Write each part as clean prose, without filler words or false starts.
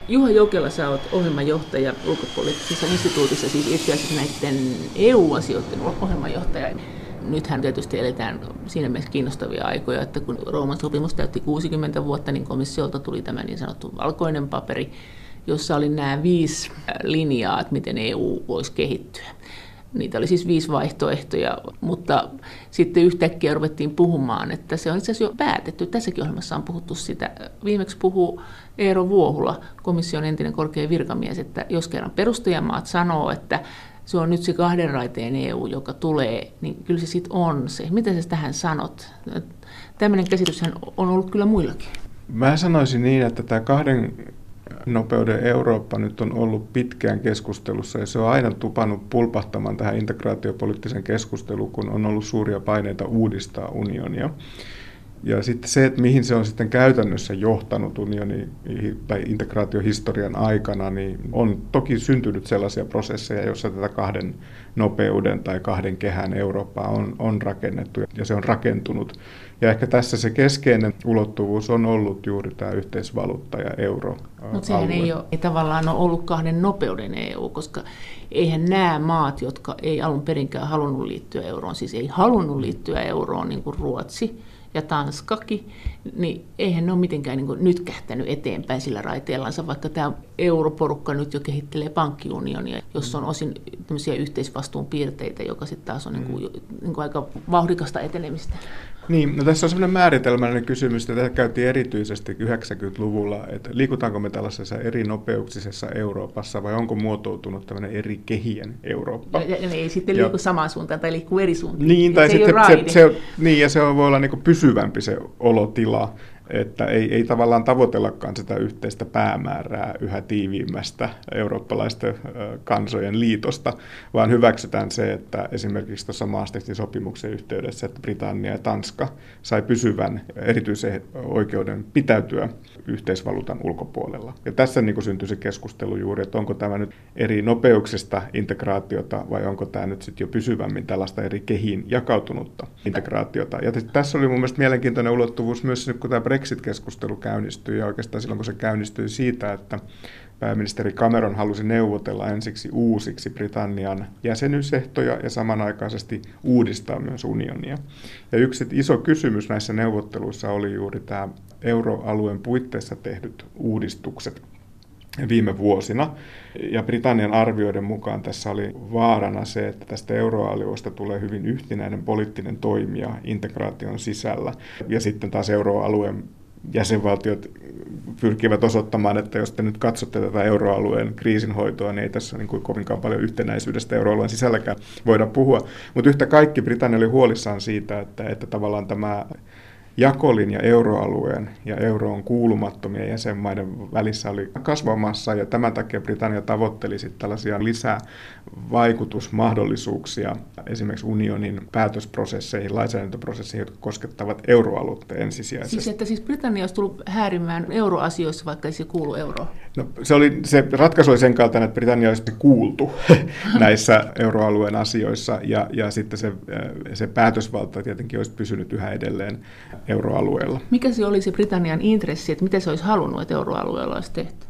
Juha Jokela, sä oot ohjelmanjohtaja ulkopoliittisessa instituutissa, siis itse asiassa näiden EU-asioiden ohjelmanjohtaja. Nythän tietysti eletään siinä mielessä kiinnostavia aikoja, että kun Rooman sopimus täytti 60 vuotta, niin komissiolta tuli tämä niin sanottu valkoinen paperi, jossa oli nämä 5 linjaa, että miten EU voisi kehittyä. Niitä oli siis 5 vaihtoehtoja, mutta sitten yhtäkkiä ruvettiin puhumaan, että se on itse asiassa jo päätetty. Tässäkin ohjelmassa on puhuttu sitä. Viimeksi puhuu Eero Vuohula, komission entinen korkea virkamies, että jos kerran perustajamaat sanoo, että se on nyt se 2 raiteen EU, joka tulee, niin kyllä se sitten on se. Mitä sä tähän sanot? Tämmöinen käsityshän on ollut kyllä muillakin. Mä sanoisin niin, että tämä 2 nopeuden Eurooppa nyt on ollut pitkään keskustelussa ja se on aina tupannut pulpahtamaan tähän integraatiopoliittisen keskusteluun, kun on ollut suuria paineita uudistaa unionia. Ja sitten se, että mihin se on sitten käytännössä johtanut unioni tai integraatiohistorian aikana, niin on toki syntynyt sellaisia prosesseja, joissa tätä 2 nopeuden tai 2 kehän Eurooppaa on rakennettu ja se on rakentunut. Ja ehkä tässä se keskeinen ulottuvuus on ollut juuri tämä yhteisvaluutta ja euro. Mutta sehän ei tavallaan ole ollut 2 nopeuden EU, koska eihän nämä maat, jotka ei alun perinkään halunnut liittyä euroon, siis ei halunnut liittyä euroon niin kuin Ruotsi ja Tanskakin, niin eihän ne ole mitenkään niin kuin nytkähtänyt eteenpäin sillä raiteellansa, vaikka tämä europorukka nyt jo kehittelee pankkiunionia, jossa on osin tämmöisiä yhteisvastuun piirteitä, joka sitten taas on niin kuin aika vauhdikasta etenemistä. Niin, no tässä on sellainen määritelmällinen kysymys, että tätä käytiin erityisesti 90-luvulla, että liikutaanko me tällaisessa eri nopeuksisessa Euroopassa vai onko muotoutunut tämmöinen eri kehien Eurooppa. Ja ne ei sitten liiku samaan suuntaan tai liikkuu eri suuntaan. Niin, tai se voi olla niin kuin pysyvämpi se olotila. Että ei tavallaan tavoitellakaan sitä yhteistä päämäärää yhä tiiviimmästä eurooppalaisten kansojen liitosta, vaan hyväksytään se, että esimerkiksi tuossa Maastrichtin sopimuksen yhteydessä, että Britannia ja Tanska sai pysyvän erityisen oikeuden pitäytyä yhteisvaluutan ulkopuolella. Ja tässä niin kuin syntyi se keskustelu juuri, että onko tämä nyt eri nopeuksista integraatiota vai onko tämä nyt sitten jo pysyvämmin tällaista eri kehiin jakautunutta integraatiota. Ja tässä oli mun mielestä mielenkiintoinen ulottuvuus myös, kun tämä Brexit-keskustelu käynnistyi, ja oikeastaan silloin, kun se käynnistyi siitä, että pääministeri Cameron halusi neuvotella ensiksi uusiksi Britannian jäsenyysehtoja ja samanaikaisesti uudistaa myös unionia. Ja yksi iso kysymys näissä neuvotteluissa oli juuri tämä euroalueen puitteissa tehdyt uudistukset viime vuosina. Ja Britannian arvioiden mukaan tässä oli vaarana se, että tästä euroalueesta tulee hyvin yhtenäinen poliittinen toimija integraation sisällä. Ja sitten taas euroalueen jäsenvaltiot pyrkivät osoittamaan, että jos te nyt katsotte tätä euroalueen kriisinhoitoa, niin ei tässä niin kuin kovinkaan paljon yhtenäisyydestä euroalueen sisälläkään voida puhua. Mutta yhtä kaikki Britannia oli huolissaan siitä, että tavallaan tämä jakolinja euroalueen ja euroon kuulumattomien jäsenmaiden välissä oli kasvamassa, ja tämän takia Britannia tavoitteli sitten tällaisia lisävaikutusmahdollisuuksia esimerkiksi unionin päätösprosesseihin, lainsäädäntöprosesseihin, jotka koskettavat euroaluetta ensisijaisesti. Siis Britannia olisi tullut häärimään euroasioissa, vaikka ei se kuulu euroon? No, se ratkaisu oli sen kaltainen, että Britannia olisi kuultu näissä euroalueen asioissa, ja sitten se päätösvalta tietenkin olisi pysynyt yhä edelleen euroalueella. Mikä se oli se Britannian intressi, että mitä se olisi halunnut, että euroalueella olisi tehty?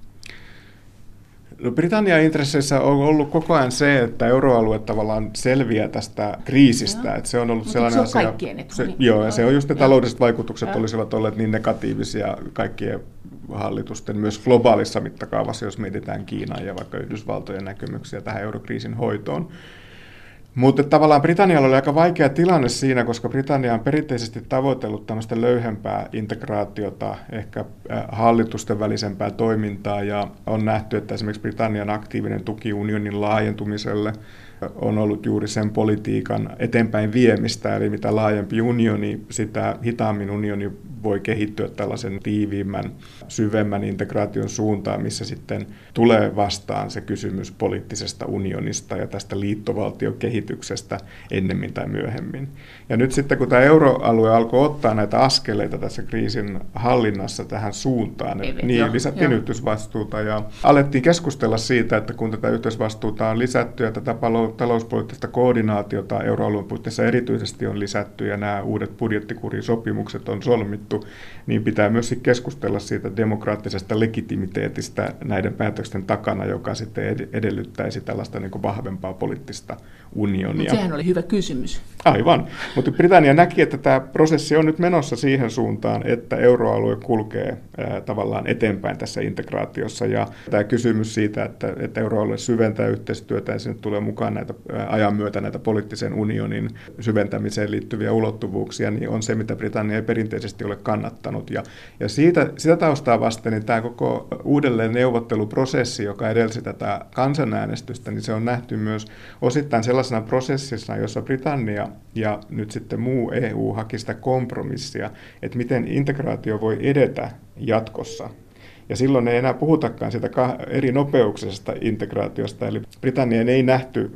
No, Britannian intresseissä on ollut koko ajan se, että euroalue tavallaan selviää tästä kriisistä. Että se on ollut sellainen se on asia. Kaikkien etu. Ja se on just ne taloudelliset vaikutukset olisivat olleet niin negatiivisia kaikkien hallitusten, myös globaalissa mittakaavassa, jos mietitään Kiinan ja vaikka Yhdysvaltojen näkemyksiä tähän eurokriisin hoitoon. Mutta tavallaan Britannialla oli aika vaikea tilanne siinä, koska Britannia on perinteisesti tavoitellut tämmöistä löyhempää integraatiota, ehkä hallitusten välisempää toimintaa, ja on nähty, että esimerkiksi Britannian aktiivinen tuki unionin laajentumiselle on ollut juuri sen politiikan eteenpäin viemistä, eli mitä laajempi unioni, sitä hitaammin unioni voi kehittyä tällaisen tiiviimmän, syvemmän integraation suuntaan, missä sitten tulee vastaan se kysymys poliittisesta unionista ja tästä liittovaltiokehityksestä ennemmin tai myöhemmin. Ja nyt sitten, kun tämä euroalue alkoi ottaa näitä askeleita tässä kriisin hallinnassa tähän suuntaan, niin lisättiin yhteisvastuuta ja alettiin keskustella siitä, että kun tätä yhteisvastuuta on lisätty ja tätä talouspoliittista koordinaatiota euroalueen puitteissa erityisesti on lisätty ja nämä uudet budjettikurisopimukset on solmittu, niin pitää myös keskustella siitä demokraattisesta legitimiteetistä näiden päätösten takana, joka sitten edellyttäisi tällaista niin kuin vahvempaa poliittista unionia. Mutta sehän oli hyvä kysymys. Aivan, mutta Britannia näki, että tämä prosessi on nyt menossa siihen suuntaan, että euroalue kulkee tavallaan eteenpäin tässä integraatiossa, ja tämä kysymys siitä, että euroalue syventää yhteistyötä ja sinne tulee mukaan näitä ajan myötä näitä poliittisen unionin syventämiseen liittyviä ulottuvuuksia, niin on se, mitä Britannia ei perinteisesti ole kannattanut. Ja sitä taustaa vasten niin tämä koko uudelleen neuvotteluprosessi, joka edelsi tätä kansanäänestystä, niin se on nähty myös osittain sellaisena prosessina, jossa Britannia ja nyt sitten muu EU haki sitä kompromissia, että miten integraatio voi edetä jatkossa. Ja silloin ei enää puhutakaan sitä eri nopeuksesta integraatiosta, eli Britannian ei nähty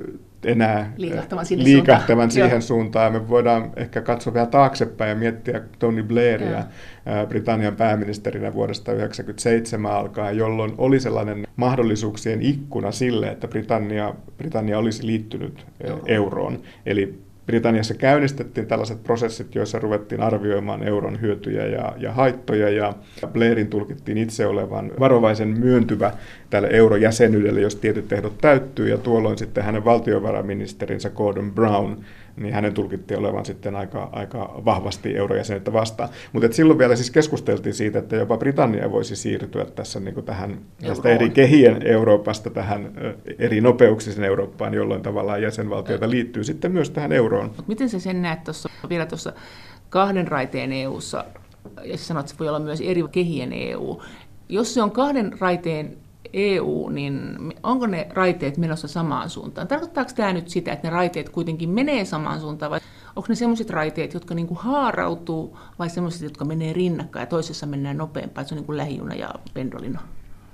enää liikahtavan siihen suuntaan. Me voidaan ehkä katsoa vielä taaksepäin ja miettiä Tony Blairia Britannian pääministerinä vuodesta 1997 alkaen, jolloin oli sellainen mahdollisuuksien ikkuna sille, että Britannia olisi liittynyt euroon. Eli Britanniassa käynnistettiin tällaiset prosessit, joissa ruvettiin arvioimaan euron hyötyjä ja haittoja, ja Blairin tulkittiin itse olevan varovaisen myöntyvä tälle eurojäsenyydelle, jos tietyt ehdot täyttyy, ja tuolloin sitten hänen valtiovarainministerinsä Gordon Brown, niin hänen tulkittiin olevan sitten aika vahvasti eurojäsenyyttä vastaan. Mutta silloin vielä siis keskusteltiin siitä, että jopa Britannia voisi siirtyä tässä niin kuin tähän tästä eri kehien Euroopasta tähän eri nopeuksisen Eurooppaan, jolloin tavallaan jäsenvaltioita liittyy sitten myös tähän euroon. Miten sä sen näet vielä tuossa kahden raiteen EU:ssa, ja sanoit, että se voi olla myös eri kehien EU. Jos se on kahden raiteen EU, niin onko ne raiteet menossa samaan suuntaan? Tarkoittaako tämä nyt sitä, että ne raiteet kuitenkin menee samaan suuntaan, vai onko ne sellaiset raiteet, jotka niin kuin haarautuu, vai sellaiset, jotka menee rinnakkain ja toisessa mennään nopeampaan, että se on niin kuin lähijuna ja pendolino?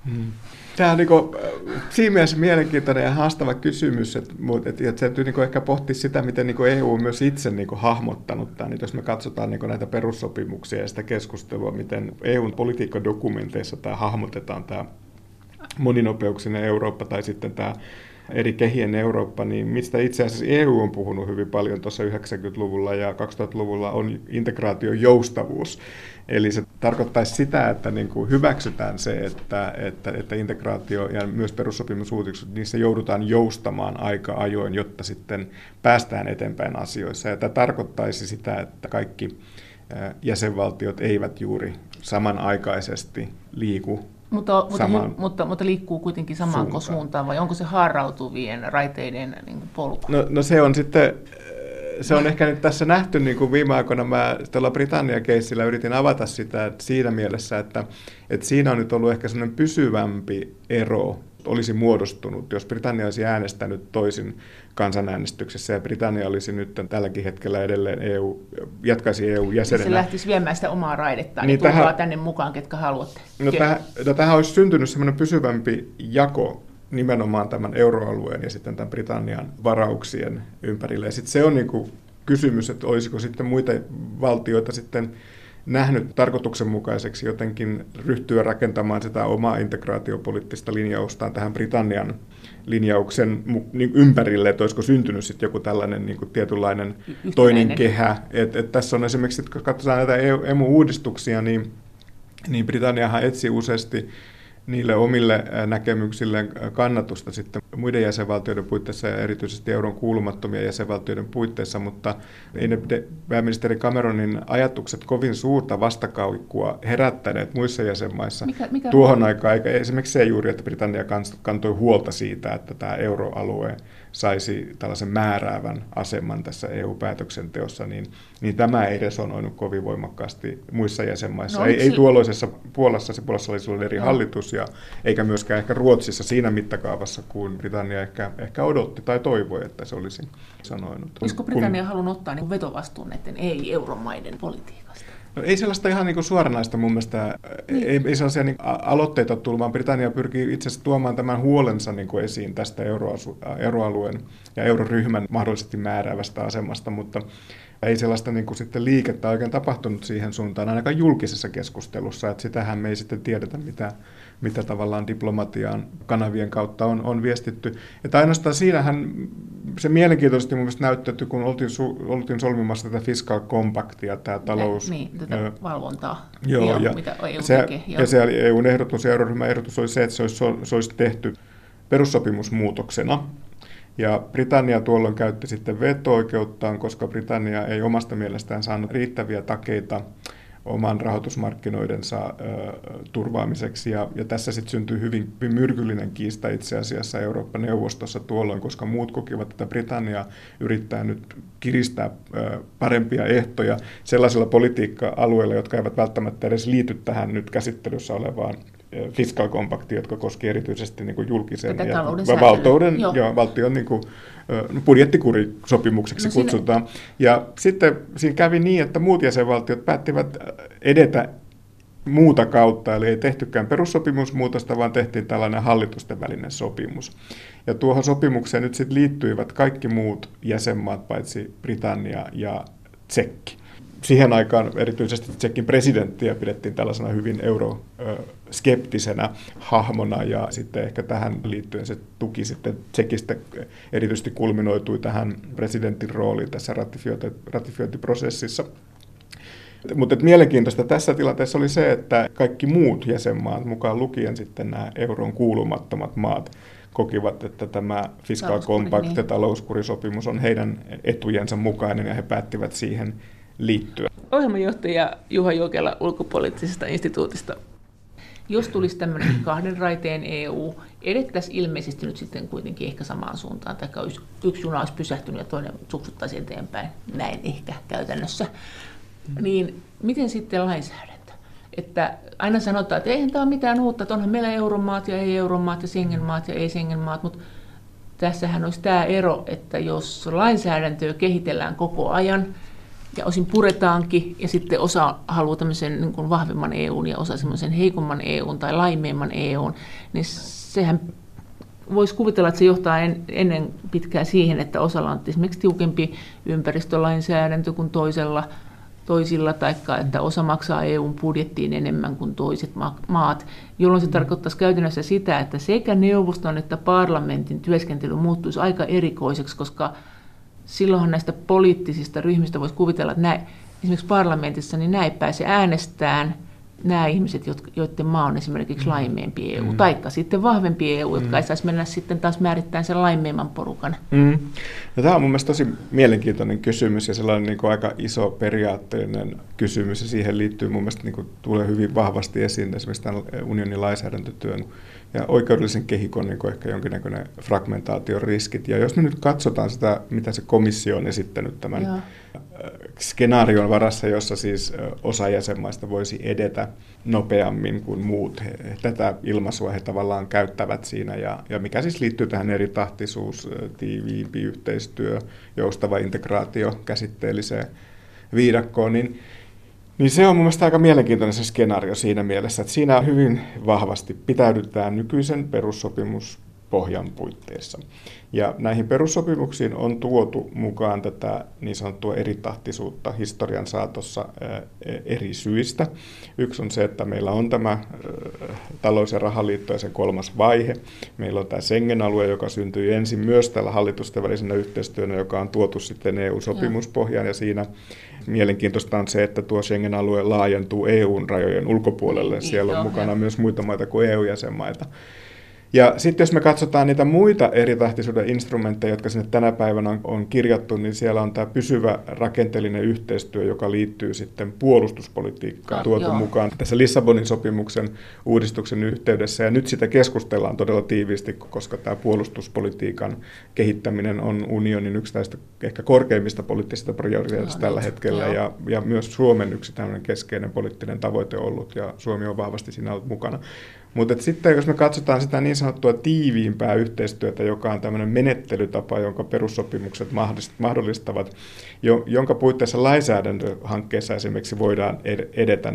Tämä on siinä mielessä mielenkiintoinen ja haastava kysymys, että se täytyy ehkä pohtia sitä, miten EU on myös itse hahmottanut tämän. Jos me katsotaan näitä perussopimuksia ja sitä keskustelua, miten EUn politiikkadokumenteissa tämä hahmotetaan, tämä moninopeuksinen Eurooppa tai sitten tämä eri kehien Eurooppa, niin mistä itse asiassa EU on puhunut hyvin paljon tuossa 90-luvulla ja 2000-luvulla on integraation joustavuus. Eli se tarkoittaisi sitä, että hyväksytään se, että integraatio ja myös perussopimusuutikset, niissä joudutaan joustamaan aika ajoin, jotta sitten päästään eteenpäin asioissa. Ja tämä tarkoittaisi sitä, että kaikki jäsenvaltiot eivät juuri samanaikaisesti liiku mutta liikkuu kuitenkin samaan suuntaan, vai onko se haarautuvien raiteiden polku? No se on sitten, se on ehkä nyt tässä nähty viime aikoina, mä tuolla Britannia-keissillä yritin avata sitä siinä mielessä, että siinä on nyt ollut ehkä sellainen pysyvämpi ero, olisi muodostunut, jos Britannia olisi äänestänyt toisin kansanäänestyksessä ja Britannia olisi nyt tälläkin hetkellä edelleen jatkaisi EU-jäsenenä. Se lähtisi viemään sitä omaa raidettaan niin tulkaa tänne mukaan, ketkä haluatte. Tähän olisi syntynyt semmoinen pysyvämpi jako nimenomaan tämän euroalueen ja sitten tämän Britannian varauksien ympärille. Ja sitten se on kysymys, että olisiko sitten muita valtioita sitten nähnyt tarkoituksenmukaiseksi jotenkin ryhtyä rakentamaan sitä omaa integraatiopoliittista linjaustaan tähän Britannian linjauksen ympärille, että olisiko syntynyt sitten joku tällainen tietynlainen toinen kehä. Tässä on esimerkiksi, kun katsotaan näitä emu-uudistuksia, niin Britanniahan etsi useasti niille omille näkemyksille kannatusta sitten muiden jäsenvaltioiden puitteissa ja erityisesti euron kuulumattomien jäsenvaltioiden puitteissa, mutta ei ne pääministeri Cameronin ajatukset kovin suurta vastakaukkua herättäneet muissa jäsenmaissa tuohon aikaan, eikä esimerkiksi se juuri, että Britannia kantoi huolta siitä, että tämä euroalue saisi tällaisen määräävän aseman tässä EU-päätöksenteossa, niin tämä ei resonoinut kovin voimakkaasti muissa jäsenmaissa. Ei tuolloisessa Puolassa, se Puolassa oli silloin eri hallitus, eikä myöskään ehkä Ruotsissa siinä mittakaavassa, kuin Britannia ehkä odotti tai toivoi, että se olisi sanoinut. Olisiko Britannia halunnut ottaa vetovastuun näiden ei-euromaiden politiikasta? No, ei sellaista ihan suoranaista mun mielestä, ei sellaisia aloitteita tullut, vaan Britannia pyrkii itse asiassa tuomaan tämän huolensa esiin tästä euroalueen ja euroryhmän mahdollisesti määräävästä asemasta, mutta ei sellaista sitten liikettä oikein tapahtunut siihen suuntaan, ainakaan julkisessa keskustelussa, että sitähän me ei sitten tiedetä, mitä tavallaan diplomatian kanavien kautta on viestitty. Että ainoastaan siinähän se mielenkiintoisesti mun mielestä näyttäytyi, kun oltiin solmimassa tätä fiscal compactia, tämä talous... tätä valvontaa. Joo, ja mitä EU tekee. Ja se EUn ehdotus ja euroryhmän ehdotus oli se, että se olisi tehty perussopimusmuutoksena. Ja Britannia tuolloin käytti sitten veto-oikeuttaan, koska Britannia ei omasta mielestään saanut riittäviä takeita oman rahoitusmarkkinoidensa turvaamiseksi. Ja tässä sitten syntyi hyvin myrkyllinen kiista itse asiassa Eurooppa-neuvostossa tuolloin, koska muut kokivat, että Britannia yrittää nyt kiristää parempia ehtoja sellaisilla politiikka-alueilla, jotka eivät välttämättä edes liity tähän nyt käsittelyssä olevaan fiscal compacti, jotka koski erityisesti niin kuin julkisen ja valtion niin kuin, budjettikurisopimukseksi kutsutaan. Ja sitten siinä kävi niin, että muut jäsenvaltiot päättivät edetä muuta kautta, eli ei tehtykään perussopimusmuutosta, vaan tehtiin tällainen hallitusten välinen sopimus. Ja tuohon sopimukseen nyt sitten liittyivät kaikki muut jäsenmaat, paitsi Britannia ja Tsekki. Siihen aikaan erityisesti Tšekin presidenttiä pidettiin tällaisena hyvin euroskeptisenä hahmona, ja sitten ehkä tähän liittyen se tuki sitten Tšekistä erityisesti kulminoitui tähän presidentin rooliin tässä ratifiointiprosessissa. Mutta mielenkiintoista tässä tilanteessa oli se, että kaikki muut jäsenmaat, mukaan lukien sitten nämä euroon kuulumattomat maat, kokivat, että tämä fiscal compact ja talouskurisopimus on heidän etujensa mukainen, ja he päättivät siihen liittyä. Ohjelmanjohtaja Juha Jokela Ulkopoliittisesta instituutista. Jos tulisi tämmöinen kahden raiteen EU, edettäisiin ilmeisesti nyt sitten kuitenkin ehkä samaan suuntaan, tai yksi juna olisi pysähtynyt ja toinen suksuttaisi eteenpäin, näin ehkä käytännössä. Niin miten sitten lainsäädäntö? Että aina sanotaan, että eihän tämä ole mitään uutta, että onhan meillä euromaat ja ei-euromaat ja Schengen-maat ja ei-Schengen-maat, mutta tässähän olisi tämä ero, että jos lainsäädäntöä kehitellään koko ajan, ja osin puretaankin, ja sitten osa haluaa tämmöisen niin kuin vahvemman EUn ja osa semmoisen heikomman EUn tai laimeimman EUn, niin sehän voisi kuvitella, että se johtaa ennen pitkään siihen, että osalla on esimerkiksi tiukempi ympäristölainsäädäntö kuin toisilla, taikka että osa maksaa EUn budjettiin enemmän kuin toiset maat, jolloin se tarkoittaisi käytännössä sitä, että sekä neuvoston että parlamentin työskentely muuttuisi aika erikoiseksi, koska silloinhan näistä poliittisista ryhmistä voisi kuvitella, että esimerkiksi parlamentissa niin näin pääse äänestämään nämä ihmiset, joiden maa on esimerkiksi laimeempi EU, taikka sitten vahvempi EU, jotka ei saisi mennä sitten taas määrittämään sen laimeemman porukan. Ja tämä on mun mielestä tosi mielenkiintoinen kysymys ja sellainen niin kuin aika iso periaatteellinen kysymys, ja siihen liittyy mun mielestä, niin kuin tulee hyvin vahvasti esiin esimerkiksi tämän unionin lainsäädäntötyön ja oikeudellisen kehikon niin kuin ehkä jonkinnäköinen fragmentaation riskit. Ja jos me nyt katsotaan sitä, mitä se komissio on esittänyt tämän skenaarion varassa, jossa siis osa jäsenmaista voisi edetä nopeammin kuin muut. Tätä ilmaisua he tavallaan käyttävät siinä, ja mikä siis liittyy tähän eritahtisuus, tiiviimpi yhteistyö, joustava integraatio käsitteelliseen viidakkoon, niin se on mun mielestä aika mielenkiintoinen se skenaario siinä mielessä, että siinä hyvin vahvasti pitäydytään nykyisen perussopimuspohjan puitteissa. Ja näihin perussopimuksiin on tuotu mukaan tätä niin sanottua eritahtisuutta historian saatossa eri syistä. Yksi on se, että meillä on tämä talous- ja rahaliitto ja sen kolmas vaihe. Meillä on tämä Schengen-alue, joka syntyi ensin myös tällä hallitusten välisenä yhteistyönä, joka on tuotu sitten EU-sopimuspohjaan, ja siinä mielenkiintoista on se, että tuo Schengen-alue laajentuu EUn rajojen ulkopuolelle. Siellä on mukana myös muita maita kuin EU-jäsenmaita. Ja sitten jos me katsotaan niitä muita eritahtisuuden instrumentteja, jotka sinne tänä päivänä on kirjattu, niin siellä on tämä pysyvä rakenteellinen yhteistyö, joka liittyy sitten puolustuspolitiikkaan tuotu mukaan tässä Lissabonin sopimuksen uudistuksen yhteydessä. Ja nyt sitä keskustellaan todella tiiviisti, koska tämä puolustuspolitiikan kehittäminen on unionin yksi näistä ehkä korkeimmista poliittisista prioriteetista tällä hetkellä. Ja myös Suomen yksi tämmöinen keskeinen poliittinen tavoite ollut, ja Suomi on vahvasti siinä ollut mukana. Mutta sitten jos me katsotaan sitä niin sanottua tiiviimpää yhteistyötä, joka on tämmöinen menettelytapa, jonka perussopimukset mahdollistavat, jonka puitteissa lainsäädäntöhankkeessa esimerkiksi voidaan edetä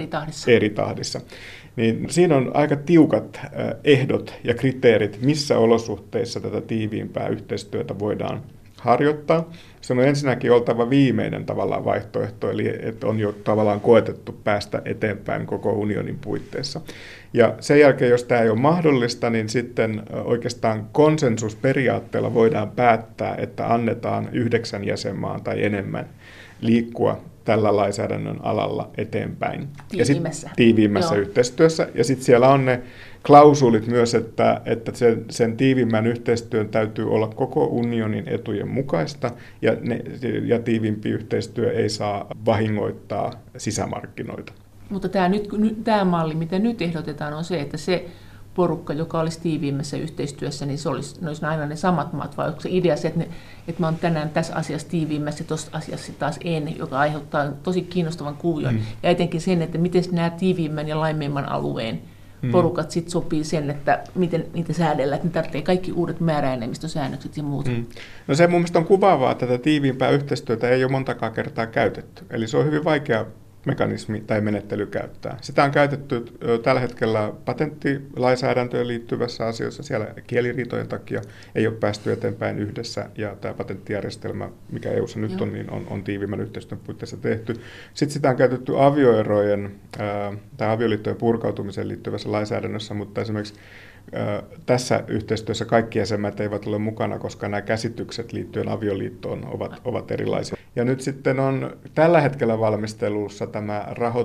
eri tahdissa. Niin siinä on aika tiukat ehdot ja kriteerit, missä olosuhteissa tätä tiiviimpää yhteistyötä voidaan harjoittaa. Se on ensinnäkin oltava viimeinen tavallaan vaihtoehto, eli että on jo tavallaan koetettu päästä eteenpäin koko unionin puitteissa. Ja sen jälkeen, jos tämä ei ole mahdollista, niin sitten oikeastaan konsensusperiaatteella voidaan päättää, että annetaan 9 jäsenmaan tai enemmän liikkua tällä lainsäädännön alalla eteenpäin. Tiiviimmässä yhteistyössä. Ja sitten siellä on ne klausulit myös, että sen tiiviimmän yhteistyön täytyy olla koko unionin etujen mukaista, ja tiiviimpi yhteistyö ei saa vahingoittaa sisämarkkinoita. Mutta tämä malli, mitä nyt ehdotetaan, on se, että se porukka, joka olisi tiiviimmässä yhteistyössä, niin ne olisi aina ne samat maat, vai onko se idea se, että mä oon tänään tässä asiassa tiiviimmässä ja tuossa asiassa taas en, joka aiheuttaa tosi kiinnostavan kuvion. Ja etenkin sen, että miten nämä tiiviimmän ja laimeimman alueen porukat sitten sopii sen, että miten niitä säädellään, että ne tarvitsee kaikki uudet määräenemmistösäännökset ja muut. No se mun mielestä on kuvaavaa, että tätä tiiviimpää yhteistyötä ei ole montakaan kertaa käytetty. Eli se on hyvin vaikea mekanismi tai menettely käyttää. Sitä on käytetty tällä hetkellä patenttilainsäädäntöön liittyvässä asioissa. Siellä kieliriitojen takia ei ole päästy eteenpäin yhdessä, ja tämä patenttijärjestelmä, mikä EU:ssa nyt on, niin on tiiviimmän yhteistyön puitteissa tehty. Sitten sitä on käytetty avioerojen tai avioliittojen purkautumiseen liittyvässä lainsäädännössä, mutta esimerkiksi tässä yhteistyössä kaikki jäsenmaat eivät ole mukana, koska nämä käsitykset liittyen avioliittoon ovat erilaisia. Ja nyt sitten on tällä hetkellä valmistelussa tämä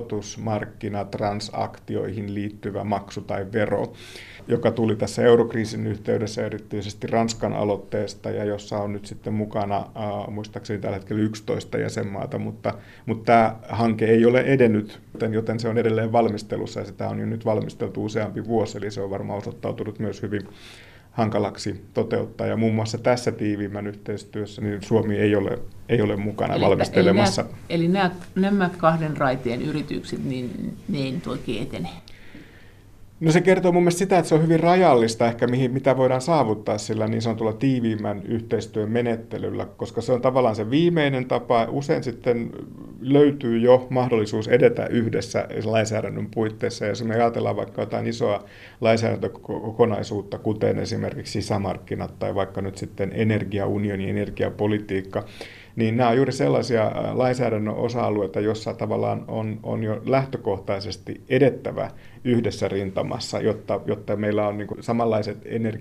rahoitusmarkkinatransaktioihin liittyvä maksu tai vero, joka tuli tässä eurokriisin yhteydessä erityisesti Ranskan aloitteesta, ja jossa on nyt sitten mukana muistaakseni tällä hetkellä 11 jäsenmaata, mutta tämä hanke ei ole edennyt, joten se on edelleen valmistelussa, ja sitä on jo nyt valmisteltu useampi vuosi, eli se on varmaan osoittautunut myös hyvin hankalaksi toteuttaa, ja muun muassa tässä tiiviimmän yhteistyössä niin Suomi ei ole mukana valmistelemassa. Eli nämä kahden raiteen yritykset, niin ne ei nyt oikein etene. No se kertoo mun mielestä sitä, että se on hyvin rajallista ehkä, mitä voidaan saavuttaa sillä niin sanotulla tiiviimmän yhteistyön menettelyllä, koska se on tavallaan se viimeinen tapa. Usein sitten löytyy jo mahdollisuus edetä yhdessä lainsäädännön puitteissa, ja jos me ajatellaan vaikka jotain isoa lainsäädäntökokonaisuutta, kuten esimerkiksi sisämarkkinat tai vaikka nyt sitten energiaunioni, energiapolitiikka, niin nämä on juuri sellaisia lainsäädännön osa-alueita, joissa tavallaan on jo lähtökohtaisesti edettävä yhdessä rintamassa, jotta meillä on niin kuin samanlaiset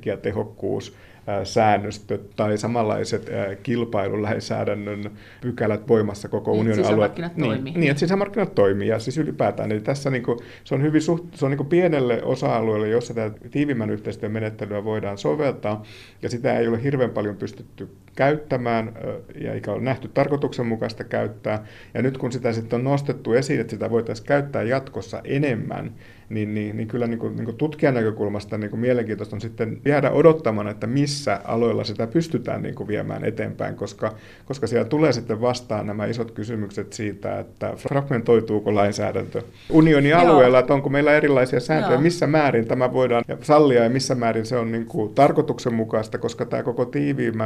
energiatehokkuussäännöstöt tai samanlaiset kilpailulainsäädännön pykälät voimassa koko unionin alueella. Niin, että sisämarkkinat toimii, ja siis ylipäätään. Eli tässä niin kuin, se on hyvin se on niin kuin pienelle osa-alueelle, jossa tämä tiivimmän yhteistyön menettelyä voidaan soveltaa, ja sitä ei ole hirveän paljon pystytty käyttämään, ja eikä ole nähty tarkoituksenmukaista käyttää. Ja nyt kun sitä sitten on nostettu esiin, että sitä voitaisiin käyttää jatkossa enemmän, niin kyllä niin kuin tutkijan näkökulmasta niin kuin mielenkiintoista on sitten jäädä odottamaan, että missä aloilla sitä pystytään niin kuin viemään eteenpäin, koska siellä tulee sitten vastaan nämä isot kysymykset siitä, että fragmentoituuko lainsäädäntö unionin alueella, että onko meillä erilaisia sääntöjä, missä määrin tämä voidaan sallia ja missä määrin se on niin kuin tarkoituksenmukaista, koska tämä koko tiiviimmän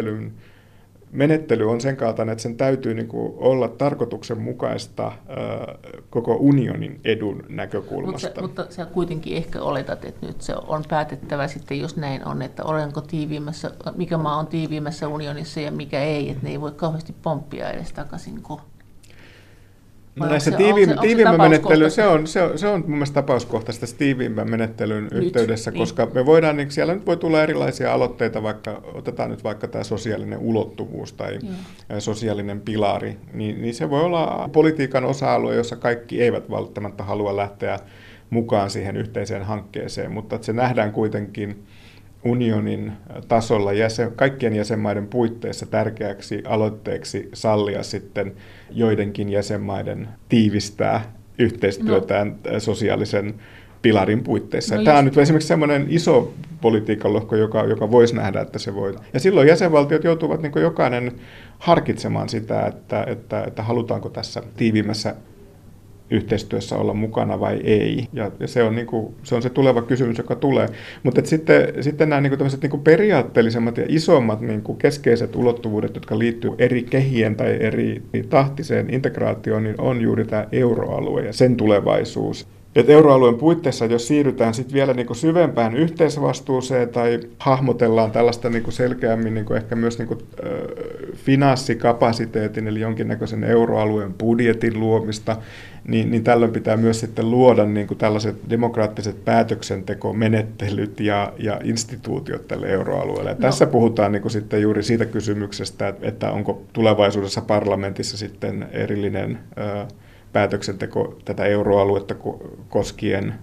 menettely on sen kaltainen, että sen täytyy niin kuin olla tarkoituksenmukaista koko unionin edun näkökulmasta. Mutta sä kuitenkin ehkä oletat, että nyt se on päätettävä sitten, jos näin on, että olenko tiiviimmässä, mikä maa on tiiviimmässä unionissa ja mikä ei, että ne ei voi kauheasti pomppia edes takaisin. No näissä tiiviimmän menettely, se on mun mielestä tapauskohtaista tiiviimmän menettelyn yhteydessä, koska me voidaan, niin siellä nyt voi tulla erilaisia aloitteita, otetaan nyt vaikka tämä sosiaalinen ulottuvuus tai sosiaalinen pilari, niin se voi olla politiikan osa-alue, jossa kaikki eivät välttämättä halua lähteä mukaan siihen yhteiseen hankkeeseen, mutta että se nähdään kuitenkin unionin tasolla kaikkien jäsenmaiden puitteissa tärkeäksi aloitteeksi sallia sitten joidenkin jäsenmaiden tiivistää yhteistyötään sosiaalisen pilarin puitteissa. Tämä on nyt esimerkiksi semmoinen iso politiikan lohko, joka voisi nähdä, että se voi. Ja silloin jäsenvaltiot joutuvat niin kuin jokainen harkitsemaan sitä, että halutaanko tässä tiiviimmässä yhteistyössä olla mukana vai ei. Ja se on se tuleva kysymys, joka tulee. Mutta sitten nämä niin kuin periaatteellisemmat ja isommat niin kuin keskeiset ulottuvuudet, jotka liittyvät eri kehien tai eri tahtiseen integraatioon, niin on juuri tämä euroalue ja sen tulevaisuus. että euroalueen puitteissa, jos siirrytään sitten vielä niin kuin syvempään yhteisvastuuseen tai hahmotellaan tällaista niin kuin selkeämmin niin kuin ehkä myös niin kuin, finanssikapasiteetin eli jonkinnäköisen euroalueen budjetin luomista, niin tällöin pitää myös sitten luoda niin kuin tällaiset demokraattiset päätöksentekomenettelyt ja instituutiot tälle euroalueelle. No. Tässä puhutaan niin kuin sitten juuri siitä kysymyksestä, että onko tulevaisuudessa parlamentissa sitten erillinen päätöksenteko tätä euroaluetta koskien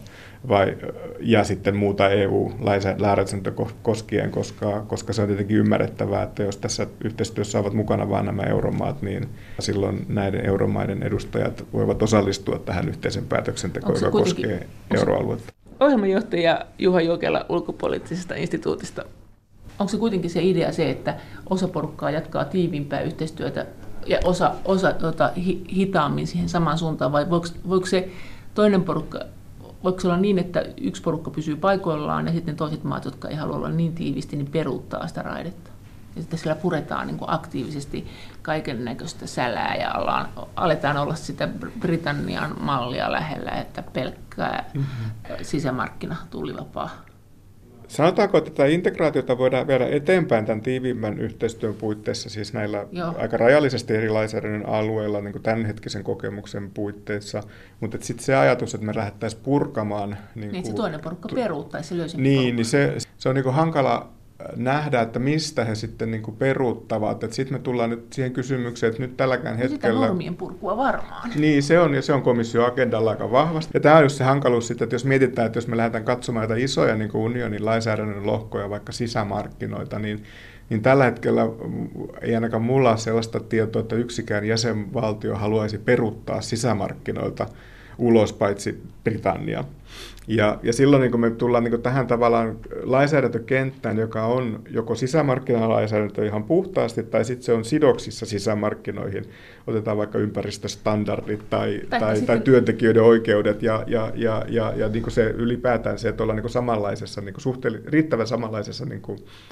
ja sitten muuta EU-lainsäädäntöä koskien, koska se on tietenkin ymmärrettävää, että jos tässä yhteistyössä ovat mukana vain nämä euromaat, niin silloin näiden euromaiden edustajat voivat osallistua tähän yhteisen päätöksentekoon, joka koskee euroaluetta. Ohjelmanjohtaja Juha Jokela ulkopoliittisesta instituutista. Onko se kuitenkin se idea se, että osa porukkaa jatkaa tiiviimpää yhteistyötä ja osa hitaammin siihen samaan suuntaan, vai voiko se toinen porukka, voiko se olla niin, että yksi porukka pysyy paikoillaan ja sitten toiset maat, jotka ei halua olla niin tiivisti, niin peruuttaa sitä raidetta? Ja sitten siellä puretaan niin kuin aktiivisesti kaiken näköistä sälää ja aletaan olla sitä Britannian mallia lähellä, että pelkkää sisämarkkina tullivapaa. Sanotaanko, että tätä integraatiota voidaan viedä eteenpäin tämän tiiviimmän yhteistyön puitteissa, siis näillä aika rajallisesti eri lainsäädännön alueilla niin kuin tämänhetkisen kokemuksen puitteissa, mutta sitten se ajatus, että me lähdettäisiin purkamaan... Niin, se toinen porukka peruuttaisi se löysin niin se on niin kuin hankala nähdä, että mistä he sitten niin kuin peruuttavat. Sitten me tullaan nyt siihen kysymykseen, että nyt tälläkään hetkellä... Sitä normien purkua varmaan. Niin, se on komission agendalla aika vahvasti. Ja tämä on just se hankaluus sitten, että jos mietitään, että jos me lähdetään katsomaan näitä isoja niin kuin unionin lainsäädännön lohkoja, vaikka sisämarkkinoita, niin tällä hetkellä ei ainakaan mulla ole sellaista tietoa, että yksikään jäsenvaltio haluaisi peruuttaa sisämarkkinoilta ulos, paitsi Britannia. Ja silloin niin kun me tullaan niin tähän tavallaan lainsäädäntökenttään, joka on joko sisämarkkinalainsäädäntö ihan puhtaasti, tai sitten se on sidoksissa sisämarkkinoihin. Otetaan vaikka ympäristöstandardit tai työntekijöiden oikeudet ja niin se ylipäätään se, että ollaan niin samanlaisessa, niin riittävän samanlaisessa niin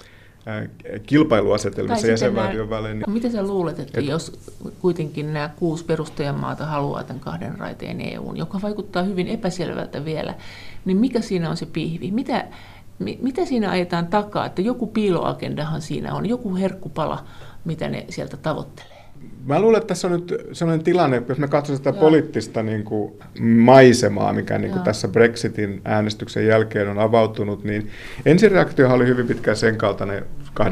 kilpailuasetelmissa jäsenvaltion välein. Mitä sä luulet, että jos kuitenkin nämä 6 perustajamaata haluaa tämän 2 raiteen EUn, joka vaikuttaa hyvin epäselvältä vielä, niin mikä siinä on se pihvi? Mitä siinä ajetaan takaa? Että joku piiloagendahan siinä on, joku herkkupala, mitä ne sieltä tavoittelee. Mä luulen, että tässä on nyt sellainen tilanne, jos me katsotaan sitä poliittista niin kuin maisemaa, mikä niin kuin tässä Brexitin äänestyksen jälkeen on avautunut, niin ensireaktiohan oli hyvin pitkään sen kaltainen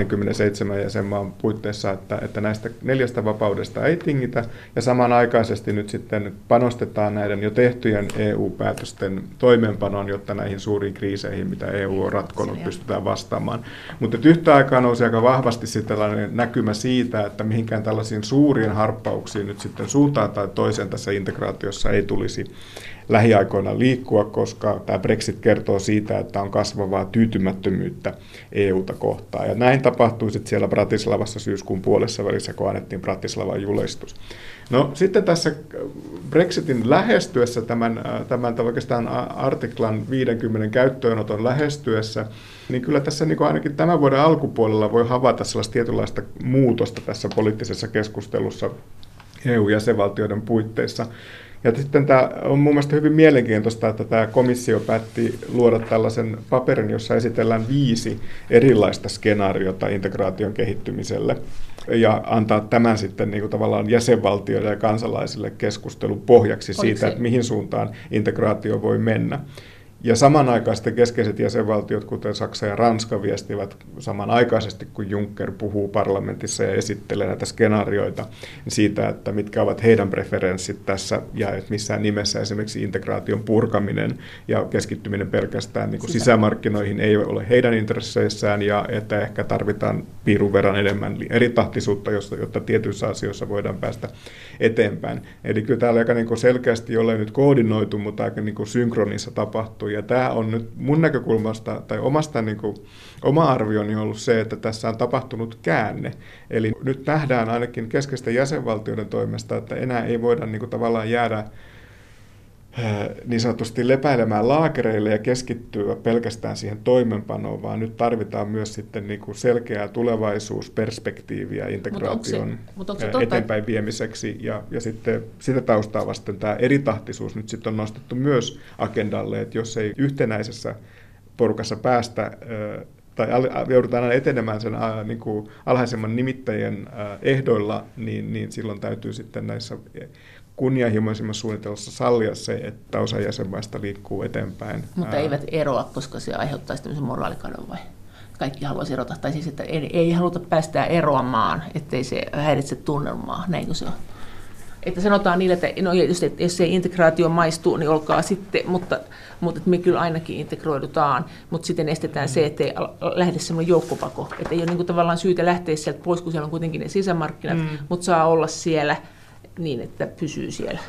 27 jäsenmaan puitteissa, että näistä 4 vapaudesta ei tingitä, ja samanaikaisesti nyt sitten panostetaan näiden jo tehtyjen EU-päätösten toimeenpanoon, jotta näihin suuriin kriiseihin, mitä EU on ratkonut, pystytään vastaamaan. Mutta yhtä aikaa nousi aika vahvasti sitten tällainen näkymä siitä, että mihinkään tällaisiin suuriin harppauksiin nyt sitten suuntaan tai toiseen tässä integraatiossa ei tulisi lähiaikoina liikkua, koska tämä Brexit kertoo siitä, että on kasvavaa tyytymättömyyttä EUta kohtaan. Ja näin tapahtui sitten siellä Bratislavassa syyskuun puolessa välissä, kun annettiin Bratislavan julistus. No sitten tässä Brexitin lähestyessä, tämän oikeastaan artiklan 50 käyttöönoton lähestyessä, niin kyllä tässä niin ainakin tämän vuoden alkupuolella voi havaita sellaista tietynlaista muutosta tässä poliittisessa keskustelussa EU-jäsenvaltioiden puitteissa. Ja sitten tämä on mun mielestä hyvin mielenkiintoista, että tämä komissio päätti luoda tällaisen paperin, jossa esitellään 5 erilaista skenaariota integraation kehittymiselle ja antaa tämän sitten niin kuin tavallaan jäsenvaltioille ja kansalaisille keskustelun pohjaksi siitä, että mihin suuntaan integraatio voi mennä. Ja samanaikaisesti keskeiset jäsenvaltiot, kuten Saksa ja Ranska, viestivät samanaikaisesti, kun Juncker puhuu parlamentissa ja esittelee näitä skenaarioita siitä, että mitkä ovat heidän preferenssit tässä ja että missään nimessä esimerkiksi integraation purkaminen ja keskittyminen pelkästään niin kuin sisämarkkinoihin ei ole heidän intresseissään ja että ehkä tarvitaan piirun verran enemmän eritahtisuutta, jotta tietyissä asioissa voidaan päästä eteenpäin. Eli kyllä täällä aika niin kuin selkeästi ole nyt koordinoitu, mutta aika niin kuin synkronissa tapahtuu. Ja tämä on nyt mun näkökulmasta tai oma arvioni on ollut se, että tässä on tapahtunut käänne. Eli nyt nähdään ainakin keskeisten jäsenvaltioiden toimesta, että enää ei voida niin kuin tavallaan jäädä niin sanotusti lepäilemään laakereille ja keskittyä pelkästään siihen toimenpanoon, vaan nyt tarvitaan myös sitten niin kuin selkeää tulevaisuusperspektiiviä integraation eteenpäin viemiseksi. Ja sitten sitä taustaa vasten tämä eritahtisuus nyt sitten on nostettu myös agendalle, että jos ei yhtenäisessä porukassa päästä tai joudutaan aina etenemään sen niin kuin alhaisemman nimittäjien ehdoilla, niin silloin täytyy sitten näissä kunnianhimoisimmassa suunnitelmassa sallia se, että osa jäsenmaista liikkuu eteenpäin. Mutta eivät eroa, koska se aiheuttaisi tämmöisen moraalikadon vai? Kaikki haluaisi erota, tai siis, että ei haluta päästää eroamaan, ettei se häiritse tunnelmaa, näinkö se on? Että sanotaan niille, että no, jos se integraatio maistuu, niin olkaa sitten, mutta me kyllä ainakin integroidutaan, mutta sitten estetään se, ettei lähde semmoinen joukkopako. Että ei ole niin kuin tavallaan syytä lähteä sieltä pois, kun siellä on kuitenkin ne sisämarkkinat, mutta saa olla siellä niin, että pysyy siellä.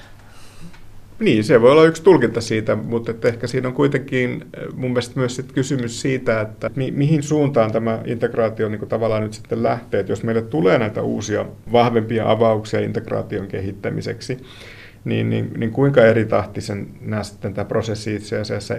Niin, se voi olla yksi tulkinta siitä, mutta että ehkä siinä on kuitenkin mun mielestä myös sit kysymys siitä, että mihin suuntaan tämä integraatio niin kuin tavallaan nyt sitten lähtee. Että jos meille tulee näitä uusia, vahvempia avauksia integraation kehittämiseksi, niin kuinka eritahtisena sitten tämä prosessi itse asiassa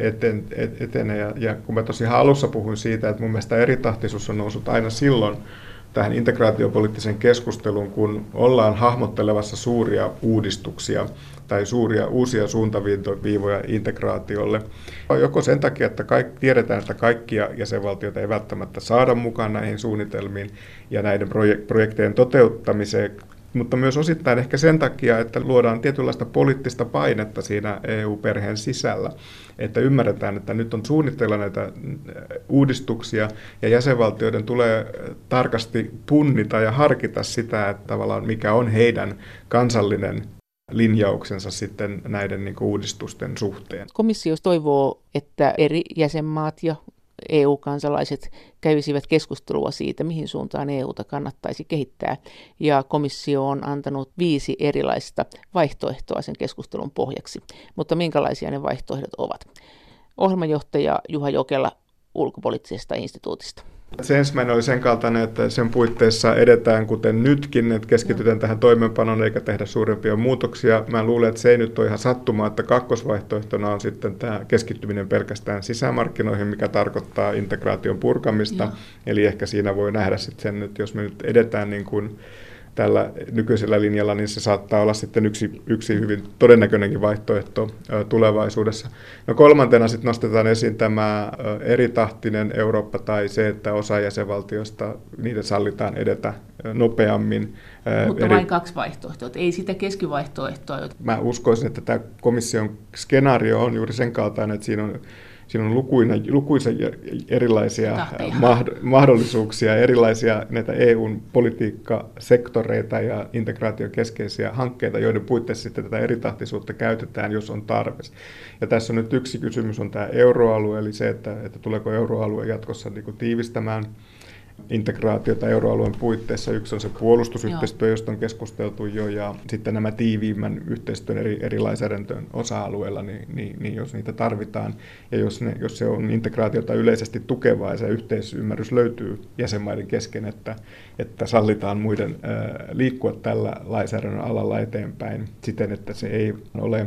etenee. Ja kun mä tosiaan alussa puhuin siitä, että mun mielestä eritahtisuus on noussut aina silloin tähän integraatiopoliittiseen keskusteluun, kun ollaan hahmottelevassa suuria uudistuksia tai suuria uusia suuntaviivoja integraatiolle. Joko sen takia, että tiedetään, että kaikkia jäsenvaltioita ei välttämättä saada mukaan näihin suunnitelmiin ja näiden projektejen toteuttamiseen, mutta myös osittain ehkä sen takia, että luodaan tietynlaista poliittista painetta siinä EU-perheen sisällä, että ymmärretään, että nyt on suunnitteilla näitä uudistuksia ja jäsenvaltioiden tulee tarkasti punnita ja harkita sitä, että tavallaan mikä on heidän kansallinen linjauksensa sitten näiden niin kuin uudistusten suhteen. Komissio toivoo, että eri jäsenmaat ja EU-kansalaiset kävisivät keskustelua siitä, mihin suuntaan EUta kannattaisi kehittää, ja komissio on antanut 5 erilaista vaihtoehtoa sen keskustelun pohjaksi. Mutta minkälaisia ne vaihtoehdot ovat? Ohjelmanjohtaja Juha Jokela Ulkopoliittisesta instituutista. Se ensimmäinen oli sen kaltainen, että sen puitteissa edetään kuten nytkin, että keskitytään tähän toimeenpanoon eikä tehdä suurempia muutoksia. Mä luulen, että se ei nyt ole ihan sattumaa, että kakkosvaihtoehtona on sitten tämä keskittyminen pelkästään sisämarkkinoihin, mikä tarkoittaa integraation purkamista. Ja. Eli ehkä siinä voi nähdä sitten sen, että jos me nyt edetään niin kuin tällä nykyisellä linjalla, niin se saattaa olla sitten yksi hyvin todennäköinenkin vaihtoehto tulevaisuudessa. No kolmantena sitten nostetaan esiin tämä eritahtinen Eurooppa tai se, että osa jäsenvaltioista niiden sallitaan edetä nopeammin. Mutta vain 2 vaihtoehtoa, ei sitä keskivaihtoehtoa. Mä uskoisin, että tämä komission skenaario on juuri sen kaltainen, että siinä on lukuisia erilaisia mahdollisuuksia, erilaisia näitä EUn politiikkasektoreita ja integraatiokeskeisiä hankkeita, joiden puitteissa sitten tätä eritahtisuutta käytetään, jos on tarve. Ja tässä on nyt yksi kysymys, on tämä euroalue, eli se, että tuleeko euroalue jatkossa niin kuin tiivistämään integraatiota euroalueen puitteissa. Yksi on se puolustusyhteistyö, josta on keskusteltu jo, ja sitten nämä tiiviimmän yhteistyön eri lainsäädäntöön osa-alueilla, niin jos niitä tarvitaan, ja jos se on integraatiota yleisesti tukevaa, ja se yhteisymmärrys löytyy jäsenmaiden kesken, että sallitaan muiden liikkua tällä lainsäädännön alalla eteenpäin siten, että se ei ole